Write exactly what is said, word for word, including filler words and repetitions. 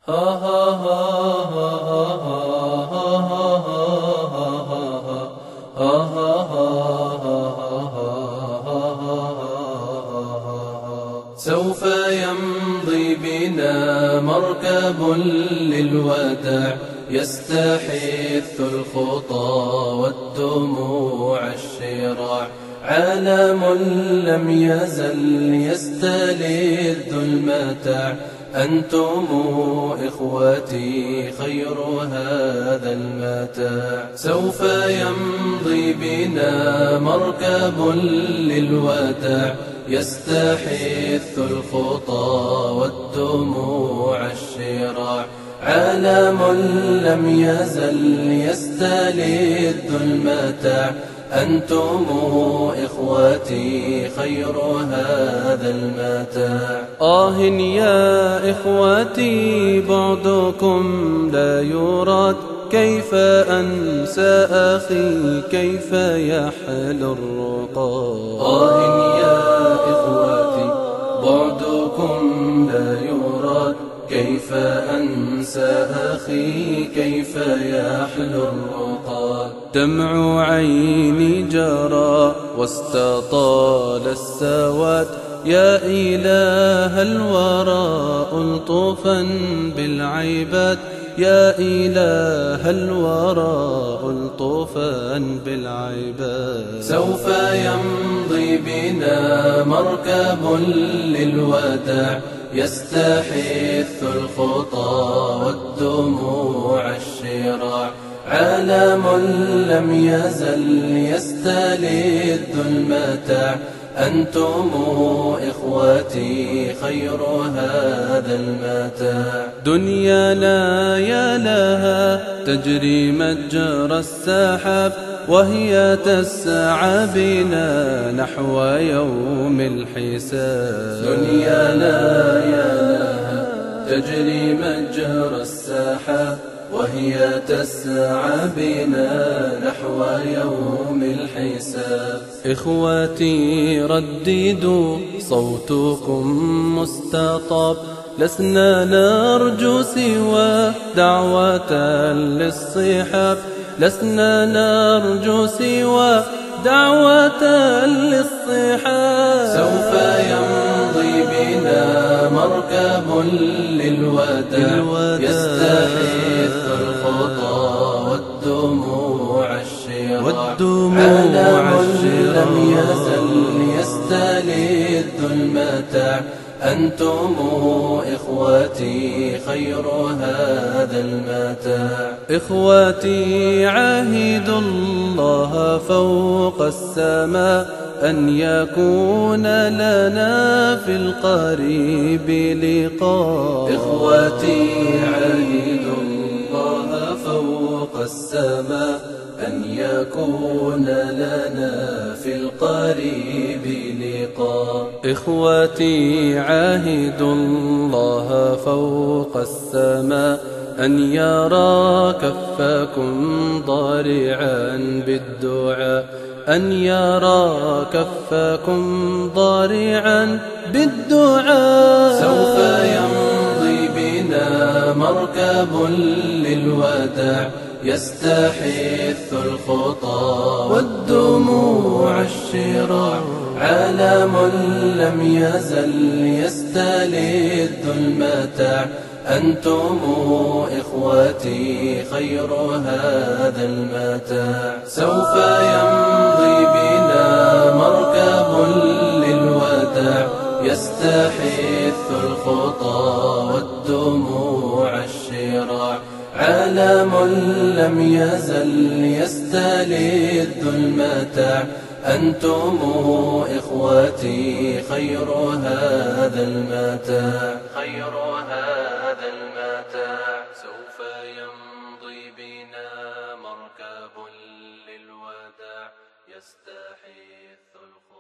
ها ها ها ها ها ها ها. سوف يمضي بنا مركب للوداع يستحث الخطى والدموع الشراع، عالم لم يزل يستلذ المتاع. أنتم إخوتي خير هذا المتاع. سوف يمضي بنا مركب للوداع يستحث الخطى والدموع الشراع، عالم لم يزل يستلذ المتاع. أنتم إخوتي خير هذا المتاع. آه يا إخوتي بعدكم لا يراد، كيف أنسى أخي كيف يحل الرقاد. آه يا إخوتي بعدكم لا يراد، كيف أنسى أخي كيف يحلو الرقاد. دمع عيني جرى واستطال السواد، يا إله الورى ألطفا بالعباد، يا إله الورى ألطفا بالعباد. سوف يمضي بنا مركب للوداع يستحث الخطى والدموع الشراع، عالم لم يزل يستلذ المتاع. أنتم إخوتي خير هذا المتاع. دنيانا يا لها تجري مجرى السحاب، وهي تسعى بنا نحو يوم الحساب. دنيانا يا لها تجري مجرى السحاب، وهي تسعى بنا نحو يوم الحساب. إخوتي رددوا صوتكم مستطاب، لسنا نرجو سوى دعوة للصحاب، لسنا نرجو سوى دعوة للصحاب. سوف يمضي بنا مركب للوداع يستحث الخطى والدموع الشراع، عالم لم يزل يستلذ المتاع. أنتم إخوتي خير هذا المتاع. إخوتي عاهدوا الله فوق السماء أن يكون لنا في القريب لقاء. إخوتي عاهدوا الله فوق السماء أن يكون لنا في القريب لقاء. إخوتي عاهدوا الله فوق السماء أن يرى كفكم ضارعا بالدعاء، أن يرى كفكم ضارعا بالدعاء. سوف يمضي بنا مركب للوداع يستحث الخطى والدموع الشراع، عالم لم يزل يستلذ المتاع. أنتم إخوتي خير هذا المتاع. سوف يمضي بنا مركب للوداع يستحث الخطى والدموع الشراع، عالم لم يزل يستلذ المتاع. أنتم إخوتي خير هذا المتاع. خير هذا المتاع. سوف يمضي بنا مركب للوداع يستحث